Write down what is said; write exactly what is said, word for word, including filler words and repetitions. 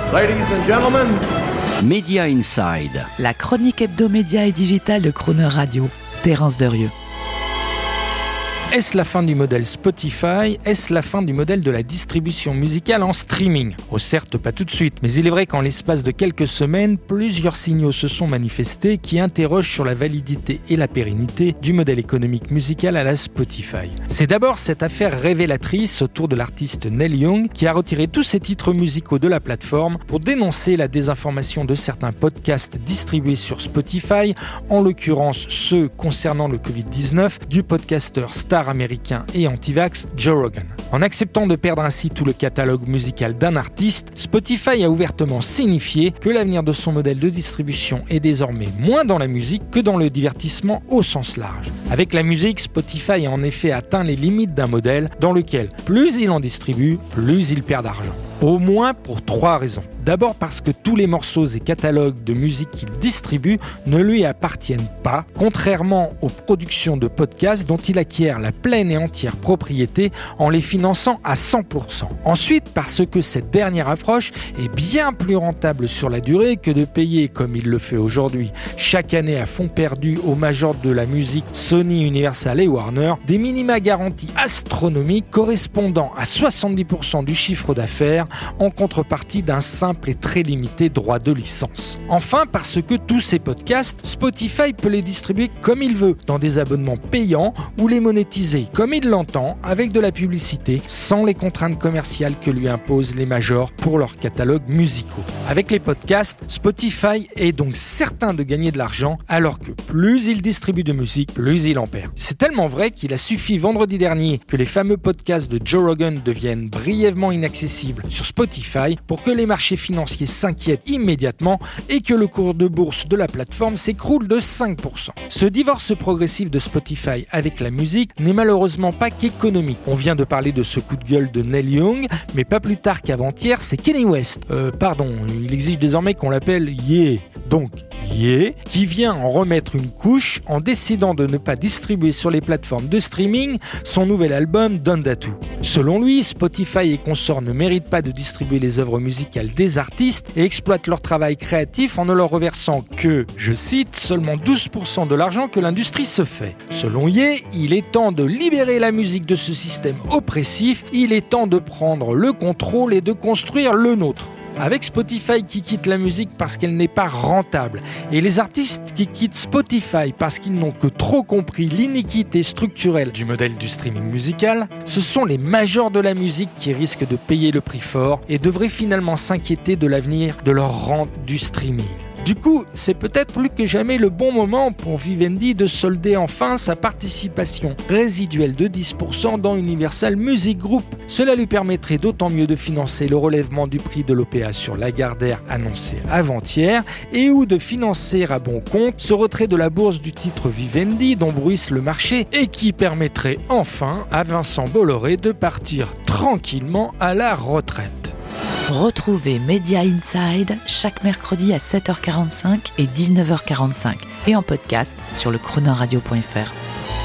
Ladies and gentlemen, Media Inside. La chronique hebdomédia et digitale de Croner Radio. Terence Derieux. Est-ce la fin du modèle Spotify ? Est-ce la fin du modèle de la distribution musicale en streaming ? Oh certes, pas tout de suite, mais il est vrai qu'en l'espace de quelques semaines, plusieurs signaux se sont manifestés qui interrogent sur la validité et la pérennité du modèle économique musical à la Spotify. C'est d'abord cette affaire révélatrice autour de l'artiste Neil Young qui a retiré tous ses titres musicaux de la plateforme pour dénoncer la désinformation de certains podcasts distribués sur Spotify, en l'occurrence ceux concernant le covid dix-neuf du podcasteur Star américain et anti-vax Joe Rogan. En acceptant de perdre ainsi tout le catalogue musical d'un artiste, Spotify a ouvertement signifié que l'avenir de son modèle de distribution est désormais moins dans la musique que dans le divertissement au sens large. Avec la musique, Spotify a en effet atteint les limites d'un modèle dans lequel plus il en distribue, plus il perd d'argent. Au moins pour trois raisons. D'abord parce que tous les morceaux et catalogues de musique qu'il distribue ne lui appartiennent pas, contrairement aux productions de podcasts dont il acquiert la pleine et entière propriété en les finançant à cent pour cent. Ensuite, parce que cette dernière approche est bien plus rentable sur la durée que de payer, comme il le fait aujourd'hui, chaque année à fond perdu aux majors de la musique Sony, Universal et Warner, des minima garantis astronomiques correspondant à soixante-dix pour cent du chiffre d'affaires en contrepartie d'un simple et très limité droit de licence. Enfin, parce que tous ces podcasts, Spotify peut les distribuer comme il veut, dans des abonnements payants ou les monétiser comme il l'entend, avec de la publicité, sans les contraintes commerciales que lui imposent les majors pour leurs catalogues musicaux. Avec les podcasts, Spotify est donc certain de gagner de l'argent, alors que plus il distribue de musique, plus il en perd. C'est tellement vrai qu'il a suffi vendredi dernier que les fameux podcasts de Joe Rogan deviennent brièvement inaccessibles sur Spotify pour que les marchés financiers s'inquiètent immédiatement et que le cours de bourse de la plateforme s'écroule de cinq pour cent. Ce divorce progressif de Spotify avec la musique n'est malheureusement pas qu'économique. On vient de parler de ce coup de gueule de Neil Young, mais pas plus tard qu'avant-hier, c'est Kanye West. Euh, pardon, il exige désormais qu'on l'appelle Ye. Donc, Ye, qui vient en remettre une couche en décidant de ne pas distribuer sur les plateformes de streaming son nouvel album Donda deux. Selon lui, Spotify et consorts ne méritent pas de distribuer les œuvres musicales des artistes et exploitent leur travail créatif en ne leur reversant que, je cite, seulement douze pour cent de l'argent que l'industrie se fait. Selon Ye, il est temps de libérer la musique de ce système oppressif, il est temps de prendre le contrôle et de construire le nôtre. Avec Spotify qui quitte la musique parce qu'elle n'est pas rentable et les artistes qui quittent Spotify parce qu'ils n'ont que trop compris l'iniquité structurelle du modèle du streaming musical, ce sont les majors de la musique qui risquent de payer le prix fort et devraient finalement s'inquiéter de l'avenir de leur rente du streaming. Du coup, c'est peut-être plus que jamais le bon moment pour Vivendi de solder enfin sa participation résiduelle de dix pour cent dans Universal Music Group. Cela lui permettrait d'autant mieux de financer le relèvement du prix de l'O P A sur Lagardère annoncé avant-hier et ou de financer à bon compte ce retrait de la bourse du titre Vivendi dont bruisse le marché et qui permettrait enfin à Vincent Bolloré de partir tranquillement à la retraite. Retrouvez Media Inside chaque mercredi à sept heures quarante-cinq et dix-neuf heures quarante-cinq et en podcast sur le croner radio point f r.